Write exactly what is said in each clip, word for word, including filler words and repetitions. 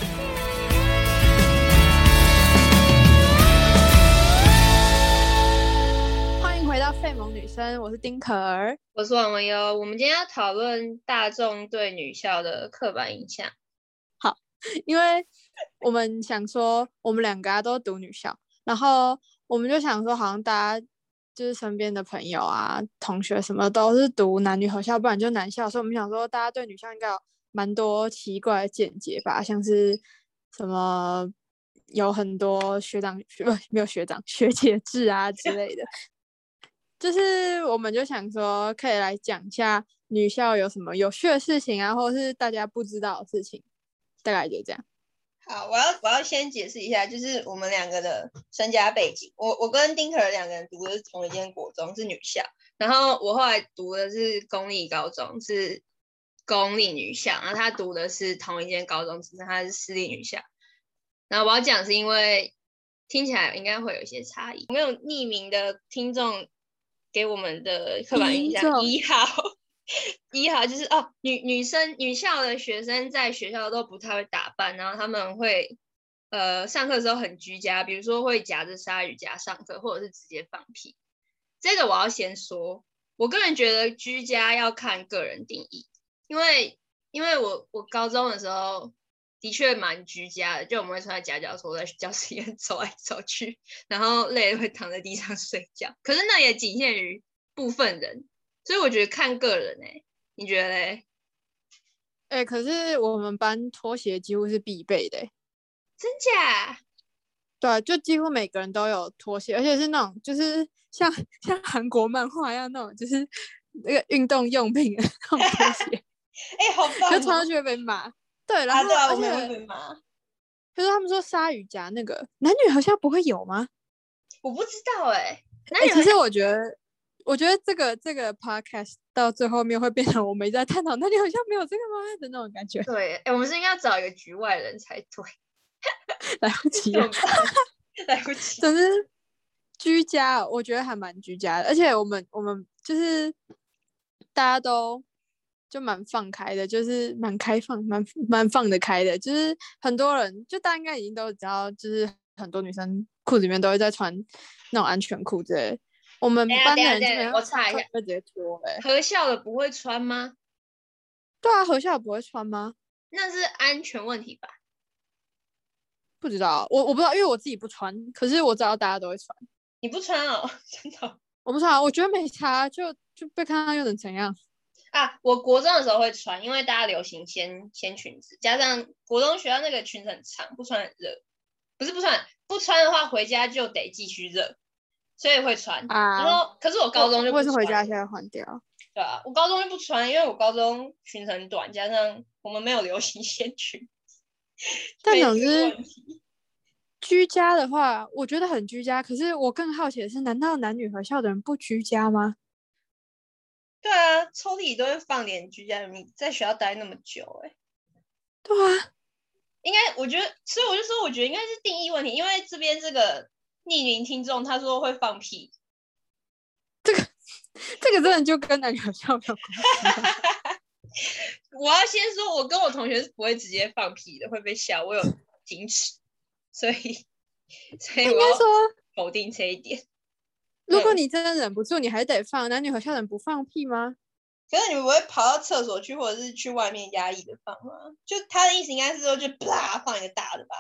欢迎回到费蒙女生，我是丁可儿， 我是王文优。我们今天要讨论大众对女校的刻板印象。 好，因为我们想说我们两个都读女校，然后我们就想说好像大家就是身边的朋友啊同学什么都是读男女合校，不然就男校，所以我们想说大家对女校应该有蛮多奇怪的见解吧，像是什么有很多学长不没有学长学姐制啊之类的。就是我们就想说可以来讲一下女校有什么有趣的事情啊，或者是大家不知道的事情，大概就这样。 好，我要我要先解释一下，就是我们两个的身家背景。我我跟丁可儿两个人读的是同一间国中，是女校，然后我后来读的是公立高中，是公立女校，然后他读的是同一间高中，只是他是私立女校。然后我要讲是因为听起来应该会有一些差异，没有匿名的听众给我们的刻板印象。一号一号就是哦，女女生女校的学生在学校都不太会打扮，然后他们会呃上课的时候很居家，比如说会夹着鲨鱼夹上课，或者是直接放屁。这个我要先说，我个人觉得居家要看个人定义，因为因为我我高中的时候的确蛮居家的，就我们会穿在夹脚拖在教室里面走来走去，然后累了会躺在地上睡觉。可是那也仅限于部分人，所以我觉得看个人哎、欸，你觉得嘞？ 哎、欸，可是我们班拖鞋几乎是必备的、欸， 真假？ 对啊，就几乎每个人都有拖鞋，而且是那种就是像像韩国漫画一样那种，就是那个运动用品的那种拖鞋。 哎、欸，好棒、哦！ 就穿上去会被骂。对，然后、 啊、对啊， 而且我们会被骂。 就是他们说鲨鱼夹那个男女好像不会有吗？ 我不知道哎、欸。 哎、欸，其实我觉得，我觉得这个这个 podcast 到最后面会变成我们一直在探讨，那你好像没有这个吗的那种感觉。 对，哎、欸，我们是应该要找一个局外人才对。 来不及了， 来不及。 总之，居家我觉得还蛮居家的，而且我们我们就是大家都就蛮放开的，就是蛮开放、蛮蛮放得开的，就是很多人就大家应该已经都知道，就是很多女生裤子里面都会在穿那种安全裤之类的。我们班的人基本上我查一下， 会直接脱、欸。 合校的不会穿吗？ 对啊，合校不会穿吗？ 那是安全问题吧？ 不知道，我我不知道，因为我自己不穿，可是我知道大家都会穿。 你不穿哦，真的？ 我不穿，我觉得没差，就就被看到又能怎样啊？我国中的时候会穿，因为大家流行掀掀裙子，加上国中学校那个裙子很长，不穿很热。不是不穿，不穿的话回家就得继续热，所以会穿。 啊。 然后，可是我高中就不穿。 我也是回家现在换掉。 对啊，我高中就不穿，因为我高中裙子很短，加上我们没有流行掀裙。 但总之，居家的话，我觉得很居家。可是我更好奇的是，难道男女合校的人不居家吗？ 对啊，抽屉里都会放点居家用品，在学校待那么久、欸，哎。 对啊。 应该，我觉得，所以我就说，我觉得应该是定义问题，因为这边这个匿名听众他说会放屁， 这个这个真的就跟男女合校有关系。 我要先说，我跟我同学是不会直接放屁的，会被笑，我有矜持，所以所以我要否定这一点。 如果你真的忍不住，你还得放。男女合校人不放屁吗？ 可是你们不会跑到厕所去，或者是去外面压抑的放吗？就他的意思应该是说，就啪放一个大的吧。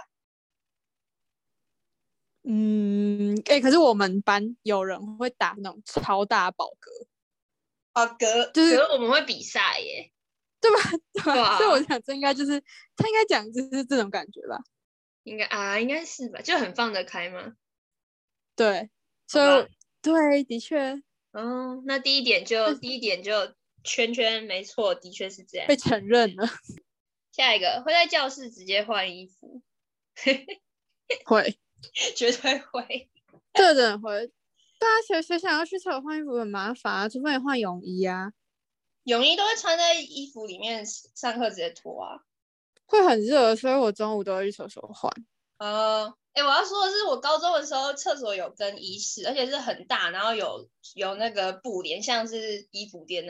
嗯，哎、欸，可是我们班有人会打那种超大宝嗝。 啊，嗝就是我们会比赛耶， 对吧？对吧？对啊、所以我想这应该就是他应该讲就是这种感觉吧。 应该啊，应该是吧，就很放得开吗？ 对，所以对，的确。 哦，那第一点就第一点就圈圈，没错，的确是这样， 被承认了。 下一个会在教室直接换衣服， 会， 绝对会， 这真的会。大家谁谁想要去厕所换衣服很麻烦啊，除非你换泳衣啊。 泳衣都会穿在衣服里面，上课直接脱啊。 会很热，所以我中午都会去厕所换。 呃，哎，我要说的是，我高中的时候厕所有更衣室，而且是很大，然后有有那个布帘，像是衣服店那种。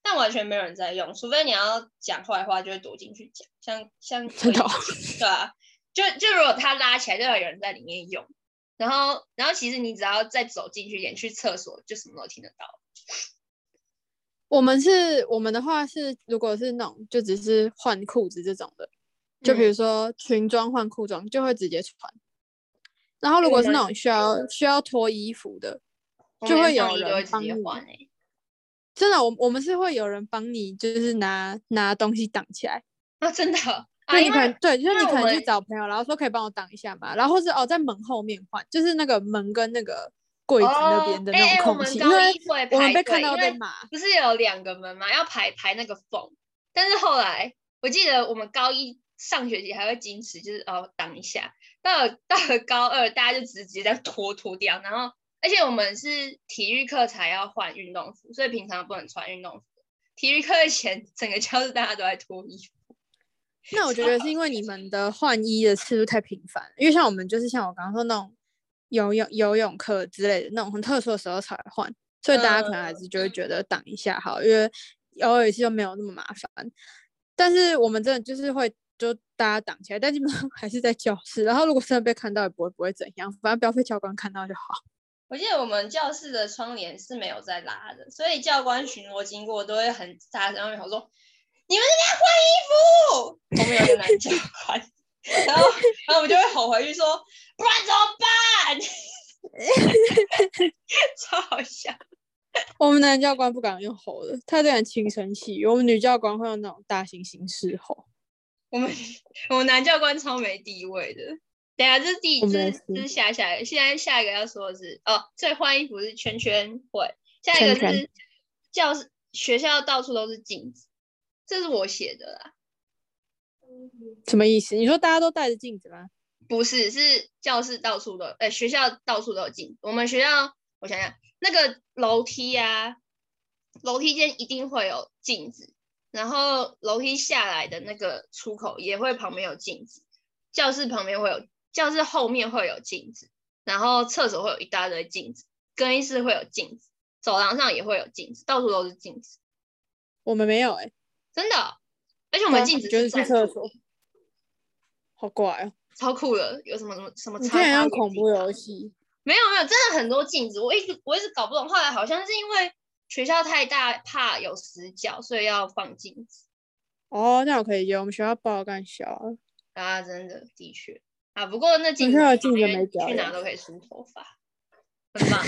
但完全没有人在用，除非你要讲坏话，就会躲进去讲，像像真的哦对啊，就就如果他拉起来，就要有人在里面用，然后然后其实你只要再走进去一点，去厕所就什么都听得到。 我们是我们的话是，如果是那种就只是换裤子这种的，就比如说裙装换裤装，就会直接穿。然后如果是那种需要需要脱衣服的，就会有人帮你。 欸、 真的，我我们是会有人帮你，就是拿拿东西挡起来啊，真的。 那、啊、你可能对，就是你可能去找朋友，然后说可以帮我挡一下嘛，然后或是哦在门后面换，就是那个门跟那个柜子那边的那种空隙， 哦欸欸、因为我们被看到被骂。 不是有两个门嘛，要排排那个缝，但是后来我记得我们高一上学期还会矜持，就是哦挡一下，到了到了高二大家就直接在脱脱掉，然后而且我们是体育课才要换运动服，所以平常不能穿运动服。体育课前整个教室大家都在脱衣服。 那我觉得是因为你们的换衣的次数太频繁，因为像我们就是像我刚刚说那种游泳游泳课之类的那种很特殊的时候才换，所以大家可能还是就会觉得挡一下好，因为偶尔一次就没有那么麻烦。但是我们真的就是会就大家挡起来，但基本上还是在教室，然后如果真的被看到也不会不会怎样，反正不要被教官看到就好。 我记得我们教室的窗帘是没有在拉的，所以教官巡逻经过都会很大声地说：“你们在换衣服！”我们有个男教官，然后然后我们就会吼回去说：“不然怎么办？”超好笑。 我们男教官不敢用吼的，他这样轻声细语。我们女教官会用那种大猩猩式吼。 我们我们男教官超没地位的。等一下，这是第这是这是下下一个，现在下一个要说的是哦，所以换衣服是圈圈会，下一个是教室学校到处都是镜子，这是我写的啦。 什么意思？你说大家都带着镜子吗？ 不是，是教室到处都，呃，学校到处都有镜子。我们学校，我想想，那个楼梯啊，楼梯间一定会有镜子，然后楼梯下来的那个出口也会旁边有镜子，教室旁边会有。教室后面会有镜子，然后厕所会有一大堆镜子，更衣室会有镜子，走廊上也会有镜子，到处都是镜子。 我们没有哎、欸， 真的、哦，而且我们镜子是去厕所，好怪哦， 超酷的。有什么什么什么？ 你竟然用恐怖游戏？ 没有没有，真的很多镜子，我一直我一直搞不懂。后来好像是因为学校太大，怕有死角，所以要放镜子。 哦，那我可以用。我们学校爆干小啊，真的的确。啊，不过那镜子镜子没去哪都可以梳头发，很棒。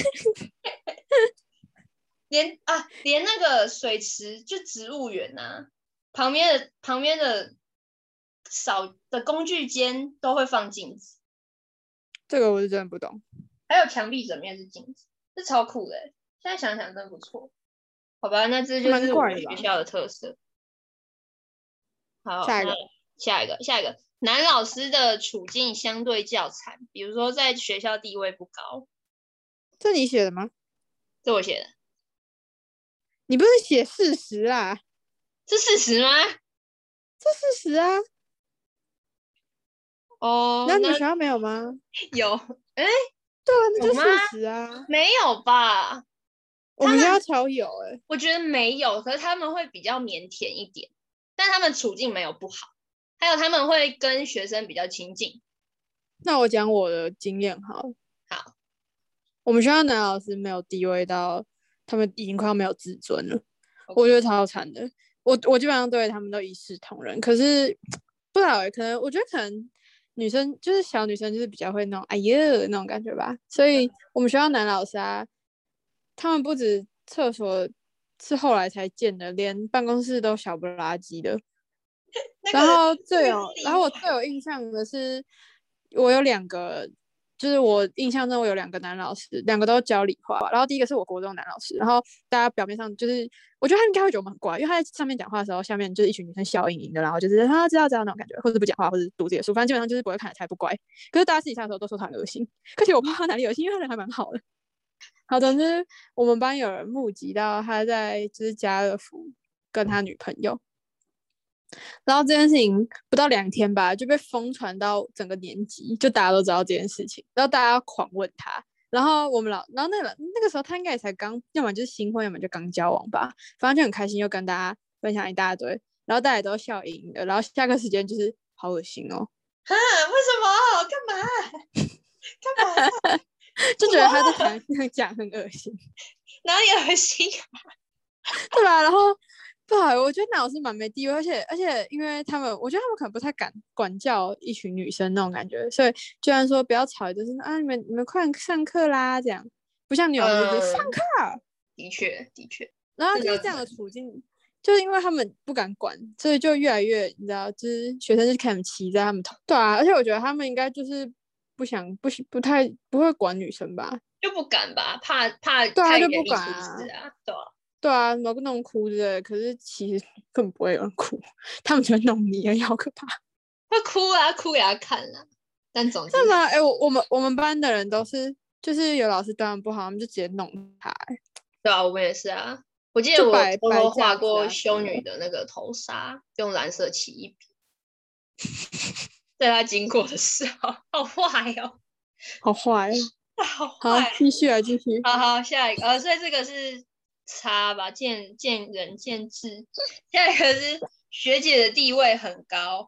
连啊，连那个水池就植物园啊，旁边的旁边的扫的工具间都会放镜子。 这个我是真的不懂。 还有墙壁整面是镜子，这超酷的。现在想想真不错。好吧，那这就是我们学校的特色。好， 下一个， 下一个，下一个。男老师的处境相对较惨，比如说在学校地位不高。 这你写的吗？ 这我写的。 你不是写事实啦？ 是事实吗？ 这事实啊。 哦， 那你们学校没有吗？ 有，哎， 对啊，那就是事实啊。 没有吧？ 我们学校超有哎、欸。 我觉得没有，可是他们会比较腼腆一点，但他们处境没有不好。还有他们会跟学生比较亲近。 那我讲我的经验好了。 好， 我们学校男老师没有地位到，他们已经快要没有自尊了， okay. 我觉得超惨的。我我基本上对他们都一视同仁，可是不知道欸，可能我觉得可能女生就是小女生就是比较会那种哎呀那种感觉吧，所以我们学校男老师啊，他们不止厕所是后来才建的，连办公室都小不拉几的。然后最有，然后我最有印象的是，我有两个，就是我印象中我有两个男老师，两个都教理化。然后第一个是我国中男老师，然后大家表面上就是，我觉得他应该会觉得我们很怪，因为他在上面讲话的时候，下面就是一群女生笑盈盈的，然后就是他知道知道那种感觉，或者不讲话，或者读自己的书，反正基本上就是不会看得才不乖。可是大家私底下的时候都说他很恶心，可是我不知道他哪里恶心，因为他人还蛮好的。好，总之我们班有人目击到他在就是家乐福跟他女朋友。然后这件事情不到两天吧，就被疯传到整个年级，就大家都知道这件事情，然后大家狂问他， 然后我们老，然后那个那个时候他应该也才刚，要么就是新婚，要么就刚交往吧，反正就很开心，又跟大家分享一大堆，然后大家都笑盈盈的，然后下课时间就是好恶心哦， 哈，为什么？干嘛？干嘛？ 就觉得他在台上讲很恶心， 哪里恶心啊？ 对吧？然后不好，我觉得那老师蛮没地位，而且而且因为他们，我觉得他们可能不太敢管教一群女生那种感觉，所以居然说不要吵，就是啊你们你们快上课啦，这样不像女老师就是上课。 的确的确， 然后就是这样的处境，就是因为他们不敢管，所以就越来越你知道，就是学生就开始骑在他们头。对啊，而且我觉得他们应该就是不想不不太不会管女生吧， 就不敢吧，怕怕对啊太就不敢严厉出啊事啊，对啊。 对啊，弄弄哭之类的，可是其实根本不会有人哭，他们只会弄你而已，好可怕。 会哭啊，哭给他看啦。但总之， 是吗？哎、欸，我我们我们班的人都是，就是有老师对他们不好，他们就直接弄他、欸。 对啊，我们也是啊。我记得就我摆摆偷偷画架子啊过修什么的女的那个头纱，用蓝色起一笔，在他经过的时候，好坏哦， 好坏哦。 好好， 坏。 继续啊，继续。 好好，下一个，呃，所以这个是差吧，见见仁见智。下一个是学姐的地位很高，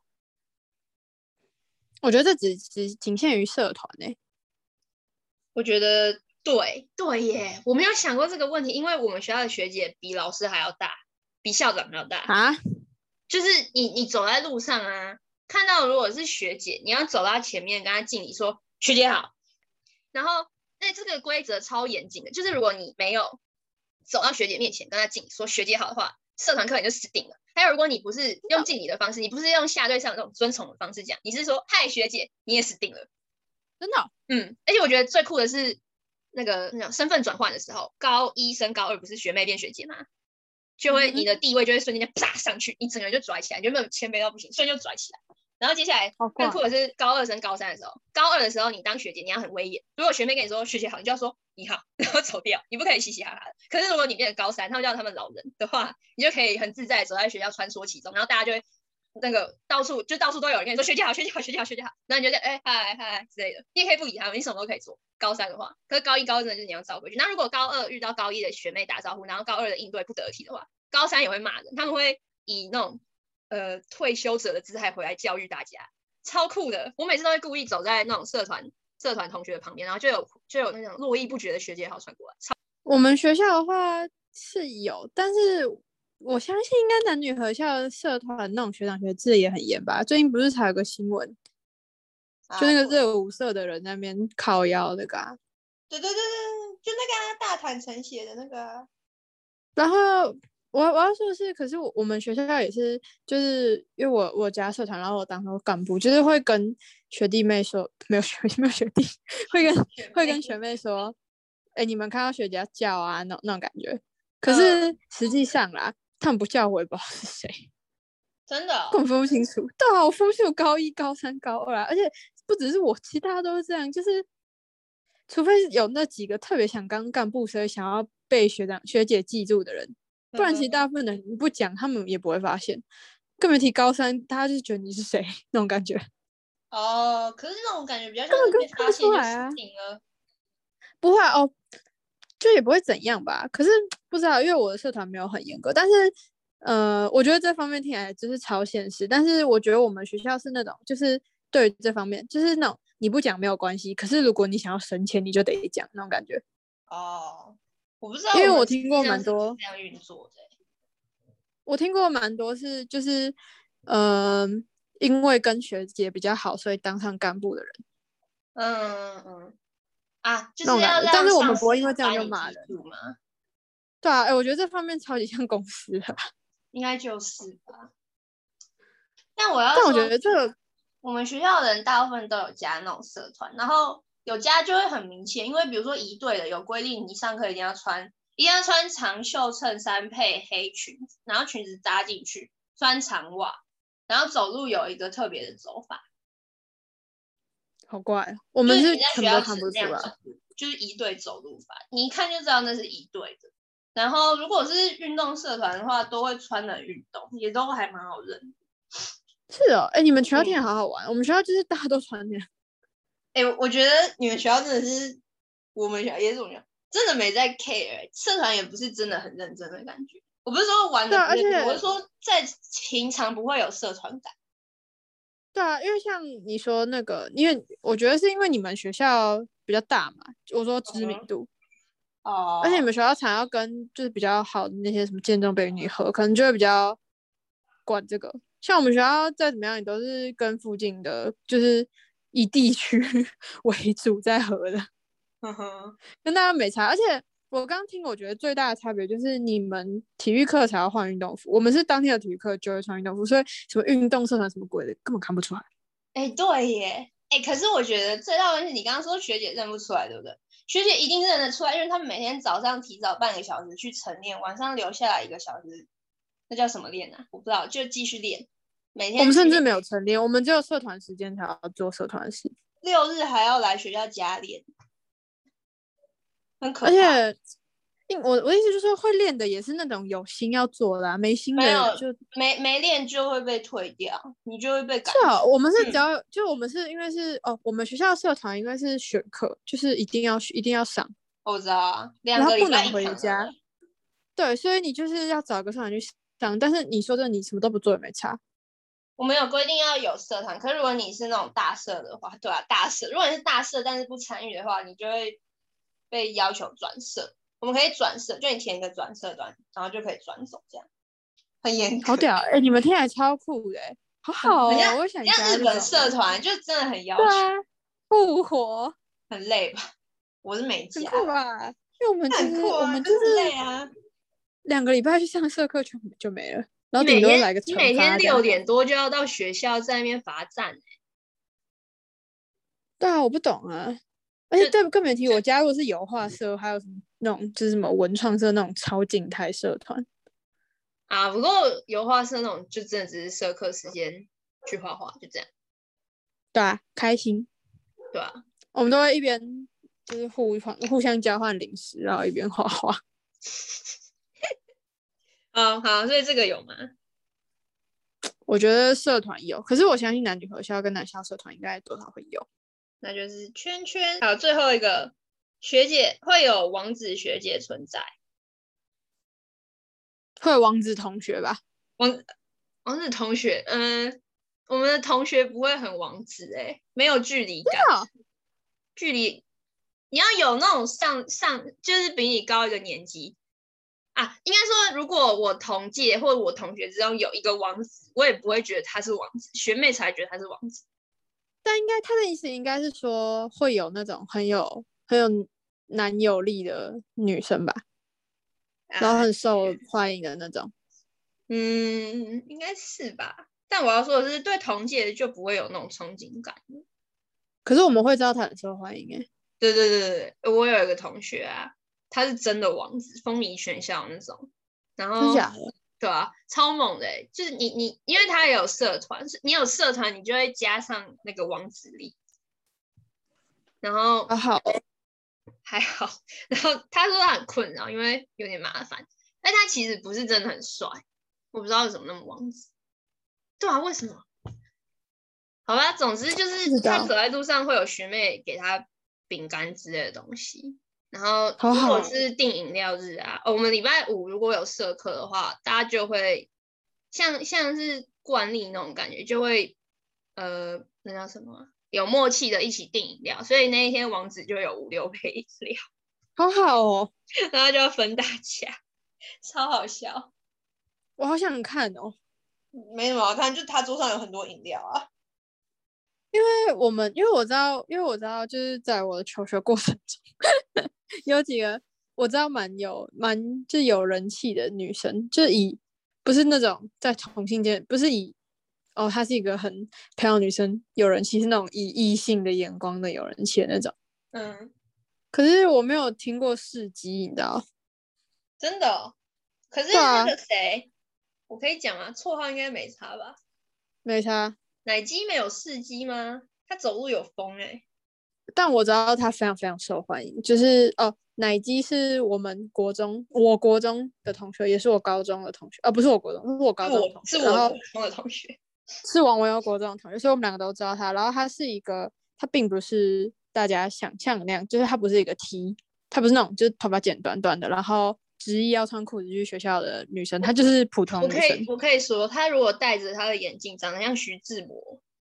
我觉得这只只仅限于社团诶、欸。 我觉得对对耶，我没有想过这个问题，因为我们学校的学姐比老师还要大，比校长还要大啊。 就是你你走在路上啊，看到如果是学姐，你要走到前面跟她敬礼说学姐好，然后那这个规则超严谨的，就是如果你没有走到学姐面前跟她敬礼说学姐好的话，社团课你就死定了。还有如果你不是用敬礼的方式，你不是用下对上那种尊崇的方式讲，你是说嗨学姐，你也死定了。 真的、哦？ 嗯，而且我觉得最酷的是那个那种身份转换的时候，高一升高二不是学妹变学姐吗？就会你的地位就会瞬间就啪上去，你整个人就拽起来，原本谦卑到不行，瞬间就拽起来。然后接下来更酷的是高二升高三的时候，高二的时候你当学姐你要很威严，如果学妹跟你说学姐好，你就要说你好，然后走掉，你不可以嘻嘻哈哈的。可是如果你变成高三，他们叫他们老人的话，你就可以很自在的走在学校穿梭其中，然后大家就会那个到处就到处都有人跟你说学姐好，学姐好，学姐好，学姐好，然后你就哎嗨嗨之类的，你也可以不理他们，你什么都可以做。高三的话，可是高一高二真的就是你要照回去。那如果高二遇到高一的学妹打招呼，然后高二的应对不得体的话，高三也会骂人，他们会以那种呃退休者的姿态回来教育大家，超酷的。我每次都会故意走在那种社团社团同学的旁边，然后就有就有那种络绎不绝的学姐好传过来。 我们学校的话是有，但是我相信应该男女合校的社团那种学长学制也很严吧？最近不是才有个新闻，啊、就那个热舞社的人在那边靠腰那个、啊。 对对对对，就那个、啊、大坦诚写的那个、啊。 然后我我要说的是，可是我我们学校也是，就是因为我我加社团，然后我当过干部，就是会跟学弟妹说，没有学没有学弟，会跟会跟学妹说，哎、欸，你们看到学姐要叫啊，那种那种感觉。可是实际上啦，他们不叫我也不知道是谁， 真的、哦， 根本分不清楚。对啊，我分不清楚高一、高三、高二啊，而且不只是我，其他都是这样，就是除非有那几个特别想当干部，所以想要被学长学姐记住的人，不然其实大部分人你不讲，他们也不会发现。更别提高三，大家就觉得你是谁那种感觉。 哦，可是那种感觉比较像根本被发现就死定了。 不会啊，哦，就也不会怎样吧。可是不知道，因为我的社团没有很严格，但是呃，我觉得这方面听起来就是超现实。但是我觉得我们学校是那种，就是对于这方面，就是那种你不讲没有关系，可是如果你想要省钱，你就得讲那种感觉。 哦，我不知道， 因为我听过蛮多这样运作的。 我听过蛮多是就是呃，因为跟学姐比较好，所以当上干部的人。 嗯嗯啊，就是要让但是我们不会因为这样就骂人吗？ 对啊，哎、欸，我觉得这方面超级像公司的， 应该就是吧。但我要但我觉得这个我们学校的人大部分都有加那种社团，然后有加就会很明显，因为比如说一队的有规定，你上课一定要穿一定要穿长袖衬衫配黑裙子，然后裙子扎进去，穿长袜，然后走路有一个特别的走法。 好怪，我们是全部都看不出来，就是一队走路法，你一看就知道那是一队的。然后如果是运动社团的话，都会穿的运动，也都还蛮好认。 是哦，哎，你们学校听起来好好玩，嗯、我们学校就是大家都穿那样。 哎，我觉得你们学校真的是我们学校也是我们学校，真的没在 care， 社团也不是真的很认真的感觉。我不是说玩的不认真，我是说在平常不会有社团感。 对啊，因为像你说那个，因为我觉得是因为你们学校比较大嘛，我说知名度， 哦、嗯， 而且你们学校常要跟就是比较好的那些什么建中、北女合，可能就会比较管这个。像我们学校再怎么样，也都是跟附近的，就是以地区为主在合的， 呵呵， 跟大家没差。而且我刚刚听，我觉得最大的差别就是你们体育课才要换运动服，我们是当天的体育课就会穿运动服，所以什么运动社团什么鬼的根本看不出来。 哎、欸，对耶，哎、欸，可是我觉得最大的问题是你刚刚说学姐认不出来，对不对？学姐一定认得出来，因为他们每天早上提早半个小时去晨练，晚上留下来一个小时，那叫什么练啊？我不知道，就继续练。每天我们甚至没有晨练，我们只有社团时间才要做社团事， 六日还要来学校加练，很可怕。而且， 我我的意思就是会练的也是那种有心要做的、啊，没心的就没没练就会被退掉，你就会被赶。 是啊，我们是只要、嗯、就我们是因为是哦，我们学校社团因为是选课，就是一定要一定要上。 我知道啊，两个礼拜一堂。 对，所以你就是要找个社团去上，但是你说这你什么都不做也没差。 我们有规定要有社团，可是如果你是那种大社的话，对啊，大社，如果你是大社但是不参与的话，你就会被要求转社。我们可以转社，就你填一个转社团，然后就可以转走，这样很严格。 好屌！哎、欸，你们听起来超酷的、欸，好好哦！我想像日本社团就真的很要求， 对啊，复活很累吧？我是没加， 很酷吧？因为我们就是、 啊、 我们就是累啊， 两个礼拜去上社课就就没了。然后顶多来个你每天六点多就要到学校在那边罚站、欸、 对啊，我不懂啊。而且更更别提我加入的是油画社，还有什么那种就是什么文创社那种超静态社团啊。不过油画社那种就真的只是社课时间去画画，就这样。 对啊，开心。 对啊， 我们都会一边就是互互相交换零食，然后一边画画。 哦，好，所以这个有吗？ 我觉得社团有，可是我相信男女合校跟男校社团应该多少会有。 那就是圈圈。好，最后一个学姐会有王子学姐存在， 会有王子同学吧？ 王王子同学，嗯、呃，我们的同学不会很王子哎、欸，没有距离感，距离你要有那种上上，就是比你高一个年级。啊，应该说，如果我同届或者我同学之中有一个王子，我也不会觉得他是王子，学妹才觉得他是王子。 但应该他的意思应该是说会有那种很有很有男友力的女生吧，啊、然后很受欢迎的那种。 嗯，应该是吧。但我要说的是，对同届就不会有那种憧憬感。 可是我们会知道他很受欢迎哎、欸。 对对对对，我有一个同学啊。他是真的王子，风靡全校那种，然后真假的， 对啊，超猛的、欸，就是你你，因为他也有社团，你有社团，你就会加上那个王子力，然后好好还好，然后他说他很困扰，因为有点麻烦，但他其实不是真的很帅，我不知道为什么那么王子，对啊，为什么？好吧，总之就是他走在路上会有学妹给他饼干之类的东西。然后如果是订饮料日啊，好好、哦、我们礼拜五如果有社课的话，大家就会像像是惯例那种感觉，就会呃那叫什么，有默契的一起订饮料，所以那一天王子就有五六杯饮料， 好好哦， 然后就要分大家，超好笑。 我好想看哦， 没什么好看，就他桌上有很多饮料啊。 因为我们因为我知道，因为我知道，就是在我的求学过程中，有几个我知道蛮有蛮就有人气的女生，就以不是那种在同性间，不是以哦她是一个很漂亮女生有人气，是那种以异性的眼光的有人气的那种。 嗯， 可是我没有听过事迹，你知道？ 真的、哦？可是那个谁，啊、我可以讲吗？绰号应该没差吧？ 没差。 奶鸡没有事迹吗？他走路有风哎、欸， 但我知道他非常非常受欢迎。就是哦，奶鸡是我们国中，我国中的同学，也是我高中的同学，呃，不是我国中，是我高中的同学， 是我国中的同学， 是王维欧国中的同学，所以我们两个都知道他。然后他是一个，他并不是大家想象的那样，就是他不是一个 T， 他不是那种就是头发剪短短的，然后执意要穿裤子去学校的女生，她就是普通女生。 我可以我可以说，他如果戴着他的眼镜，长得像徐志摩，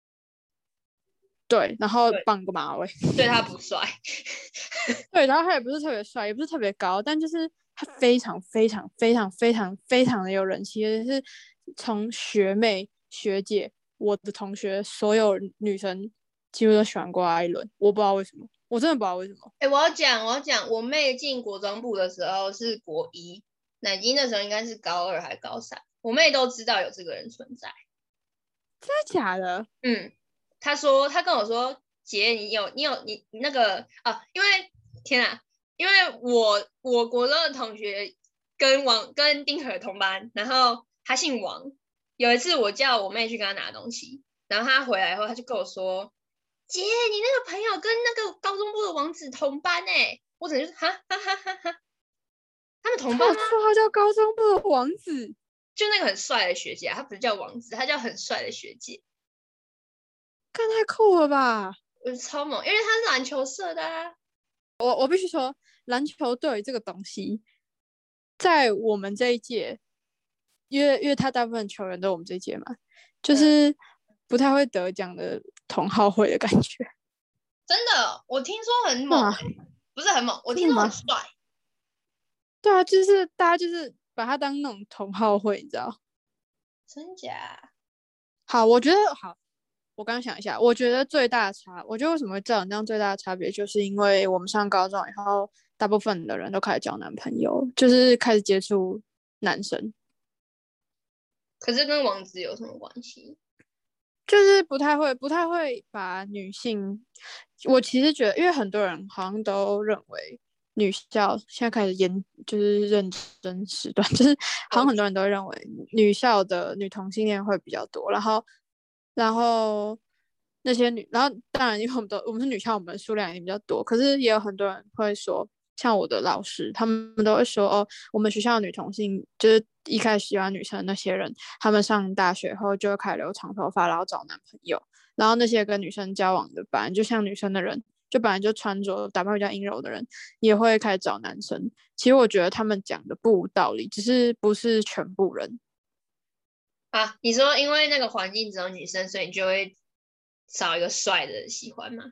对，然后绑个马尾， 对他不帅。 对，然后他也不是特别帅，也不是特别高，但就是他非常非常非常非常非常的有人气，而且是从学妹、学姐、我的同学，所有女生几乎都喜欢过他一轮。我不知道为什么，我真的不知道为什么。 哎、欸，我要讲，我要讲，我妹进国中部的时候是国一，奶金那时候应该是高二还高三，我妹都知道有这个人存在。 真的假的？ 嗯，她说，她跟我说，姐，你有你有你你那个啊，因为天啊，因为我我国中的同学跟王跟丁可同班，然后他姓王。有一次我叫我妹去跟他拿东西，然后他回来后，他就跟我说：“姐，你那个朋友跟那个高中部的王子同班哎。”我整个就是哈哈哈哈哈，他们同班吗？ 他有绰号叫高中部的王子， 就那个很帅的学姐、啊，他不是叫王子，他叫很帅的学姐。 看太酷了吧！ 我超猛，因为他是篮球社的啊。 我我必须说，篮球队这个东西，在我们这一届，因为因为他大部分球员都我们这一届嘛，就是不太会得奖的同好会的感觉。 真的，我听说很猛、欸，不是很猛，我听说很帅。 对啊，就是大家就是把他当那种同好会，你知道？ 真假？ 好，我觉得好。我刚想一下，我觉得最大的差，我觉得为什么会造成这样最大的差别，就是因为我们上高中以后，大部分的人都开始交男朋友，就是开始接触男生。 可是跟王子有什么关系？ 就是不太会，不太会把女性。我其实觉得，因为很多人好像都认为女校现在开始研，就是认真时段，就是好像很多人都认为女校的女同性恋会比较多，然后，然后那些女，然后当然因为我们都我们是女校，我们的数量也比较多，可是也有很多人会说。像我的老师，他们都会说哦，我们学校的女同性就是一开始喜欢女生的那些人，他们上大学后就会开始留长头发，然后找男朋友。然后那些跟女生交往的，本来就像女生的人，就本来就穿着打扮比较阴柔的人，也会开始找男生。其实我觉得他们讲的不无道理，只是不是全部人啊。你说因为那个环境只有女生，所以你就会找一个帅的喜欢吗？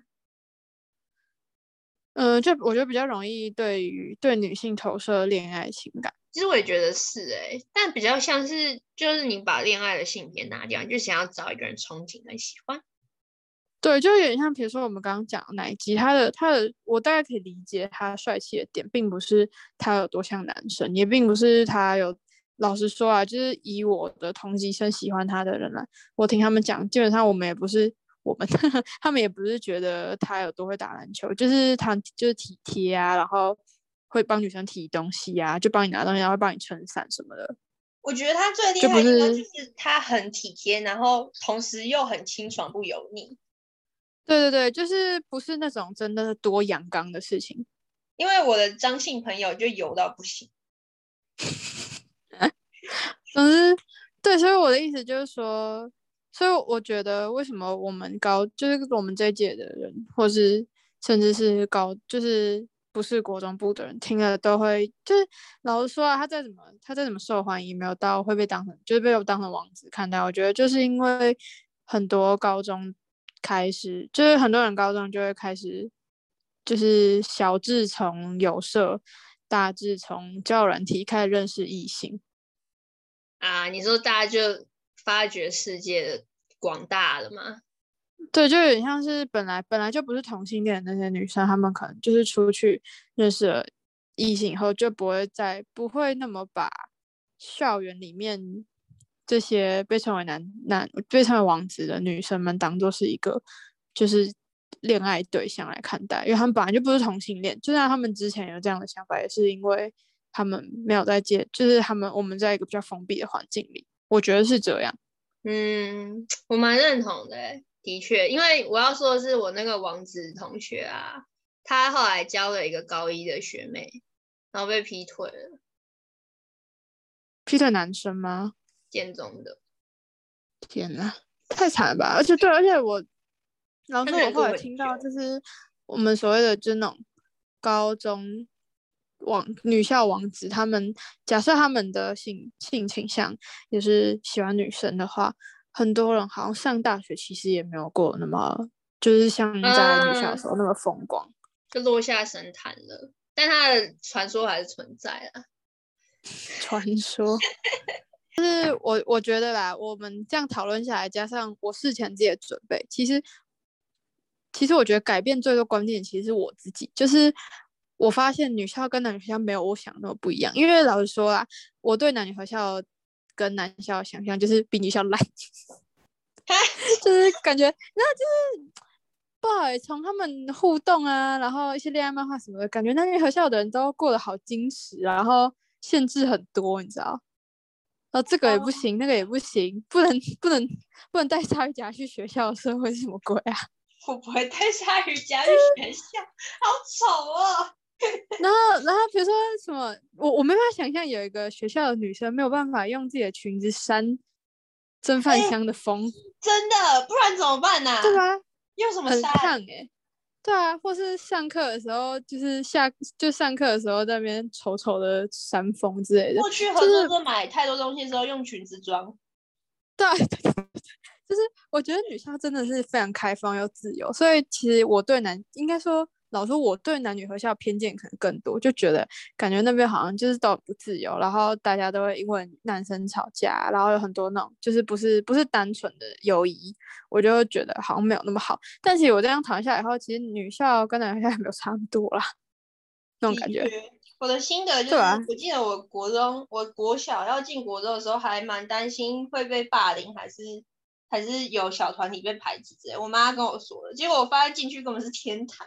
嗯、呃，就我觉得比较容易对于对女性投射恋爱情感。 其实我也觉得是哎、欸，但比较像是就是你把恋爱的性别拿掉，你就想要找一个人憧憬跟喜欢。 对，就有点像，比如说我们刚刚讲的奶基，他的他的，我大概可以理解他帅气的点，并不是他有多像男生，也并不是他有。老实说啊，就是以我的同级生喜欢他的人来，我听他们讲，基本上我们也不是我们，他们也不是觉得他有多会打篮球，就是他就是体贴啊，然后会帮女生提东西啊，就帮你拿东西，然后会帮你撑伞什么的。 我觉得他最厉害的地方就是他很体贴，然后同时又很清爽不油腻。 对对对，就是不是那种真的多阳刚的事情。 因为我的张姓朋友就油到不行。 总之，对，所以我的意思就是说，所以我觉得为什么我们高，就是我们这一届的人，或是甚至是高，就是不是国中部的人，听了都会，就是老实说啊，他再怎么他再怎么受欢迎，没有到会被当成就是被我当成王子看待。我觉得就是因为很多高中开始，就是很多人高中就会开始，就是小智从有色，大智从交友软体开始认识异性。 啊，你说大家就发掘世界的广大了吗？ 对，就有点像是本来本来就不是同性恋的那些女生，她们可能就是出去认识了异性以后，就不会再不会那么把校园里面这些被称为男男被称为王子的女生们当做是一个就是恋爱对象来看待，因为他们本来就不是同性恋，就算他们之前有这样的想法，也是因为他们没有在接，就是他们我们在一个比较封闭的环境里，我觉得是这样。 嗯，我蛮认同的欸，的确，因为我要说的是，我那个王子同学啊，他后来交了一个高一的学妹，然后被劈腿了。 劈腿男生吗？ 建中的。 天哪，太惨了吧！而且对，而且我，然后说我后来听到就是我们所谓的就那种高中王女校王子，他们假设他们的性性倾向也是喜欢女生的话，很多人好像上大学其实也没有过那么就是像在女校的时候那么风光， 就落下神坛了。但他的传说还是存在啊。 传说。就是我我觉得啦，我们这样讨论下来，加上我事前自己的准备，其实其实我觉得改变最多关键其实是我自己，就是我发现女校跟男校没有我想那么不一样。因为老实说啦，我对男女合校跟男校的想象就是比女校烂，就是感觉，然后就是不好欸，从他们互动啊，然后一些恋爱漫画什么的，感觉男女合校的人都过得好矜持，然后限制很多，你知道？然后这个也不行，那个也不行，不能不能不能带鲨鱼夹去学校的社会是什么鬼啊？ 我不会带鲨鱼夹去学校，好丑哦。 然后然后比如说什么，我我没办法想象有一个学校的女生没有办法用自己的裙子扇蒸饭箱的风， 欸、真的，不然怎么办呢、啊？ 对吧？ 用什么很扇？ 烫哎、欸。对啊，或是上课的时候，就是下就上课的时候在那边丑丑的扇风之类的。 过去合作社买太多东西的时候用裙子装。 对，就是我觉得女校真的是非常开放又自由，所以其实我对男应该说老说我对男女合校偏见可能更多，就觉得感觉那边好像就是都不自由，然后大家都会因为男生吵架，然后有很多那种就是不是不是单纯的友谊，我就会觉得好像没有那么好。但其实我这样讨论下来以后，其实女校跟男校也没有差不多啦，那种感觉。 我的心得就是，啊、我记得我国中，我国小要进国中的时候，还蛮担心会被霸凌，还是还是有小团体被排挤之类。我妈跟我说了，结果我发现进去根本是天堂。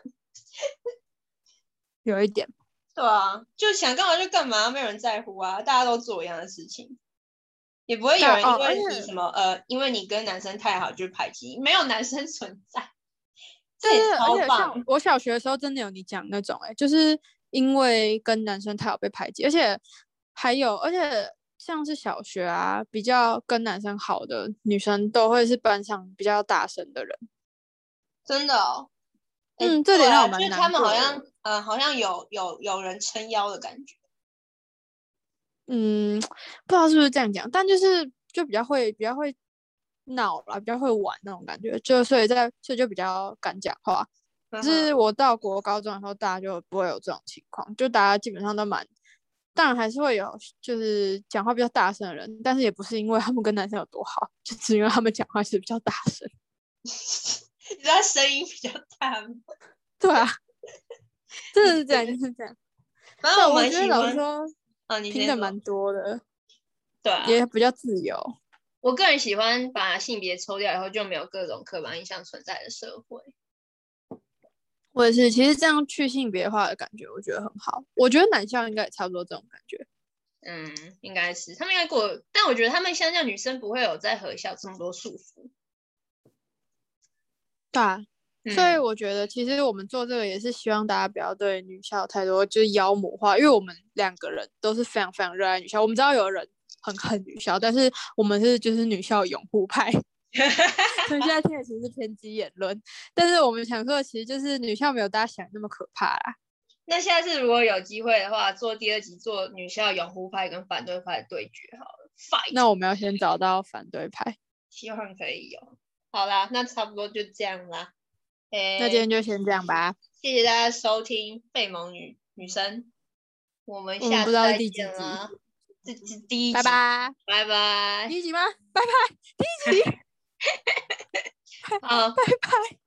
有一点。 对啊，就想干嘛就干嘛，没有人在乎啊，大家都做一样的事情，也不会有人因为你什么、哦、呃，因为你跟男生太好就排挤，没有男生存在。这也超棒。 而且像我小学的时候，真的有你讲那种、欸，哎，就是因为跟男生太好被排挤，而且还有，而且像是小学啊，比较跟男生好的女生都会是班上比较大声的人。 真的哦。 嗯，这点让我蛮难过的。就是他们好像，呃，好像有有有人撑腰的感觉。 嗯，不知道是不是这样讲，但就是就比较会比较会闹啦，比较会玩那种感觉，就所以在所以就比较敢讲话。可是我到国高中的时候，大家就不会有这种情况，就大家基本上都蛮，当然还是会有就是讲话比较大声的人，但是也不是因为他们跟男生有多好，就只因为他们讲话是比较大声。 你知道声音比较大吗？ 对啊，真的是这样，就是这样。 反正我蛮喜欢，我觉得老实说， 啊，你听得蛮多的， 对啊， 也比较自由。 我个人喜欢把性别抽掉以后，就没有各种刻板印象存在的社会。 我也是，其实这样去性别化的感觉，我觉得很好。我觉得男校应该也差不多这种感觉。 嗯，应该是他们应该过，但我觉得他们相较女生不会有在合校这么多束缚。 对啊，嗯、所以我觉得其实我们做这个也是希望大家不要对女校太多就是妖魔化，因为我们两个人都是非常非常热爱女校。我们知道有人很恨女校，但是我们是就是女校拥护派。所以现在听的其实是偏激言论，但是我们想说的其实就是女校没有大家想的那么可怕啦。 那下次如果有机会的话，做第二集做女校拥护派跟反对派的对决好了。Fight！ 那我们要先找到反对派， 希望可以有。好啦，那差不多就这样啦。欸、 那今天就先这样吧。 谢谢大家收听废萌女女生，我们下次再见啦。这是第一集， 拜拜， 拜拜。 第一集吗？拜拜，第一集。 好， 拜拜。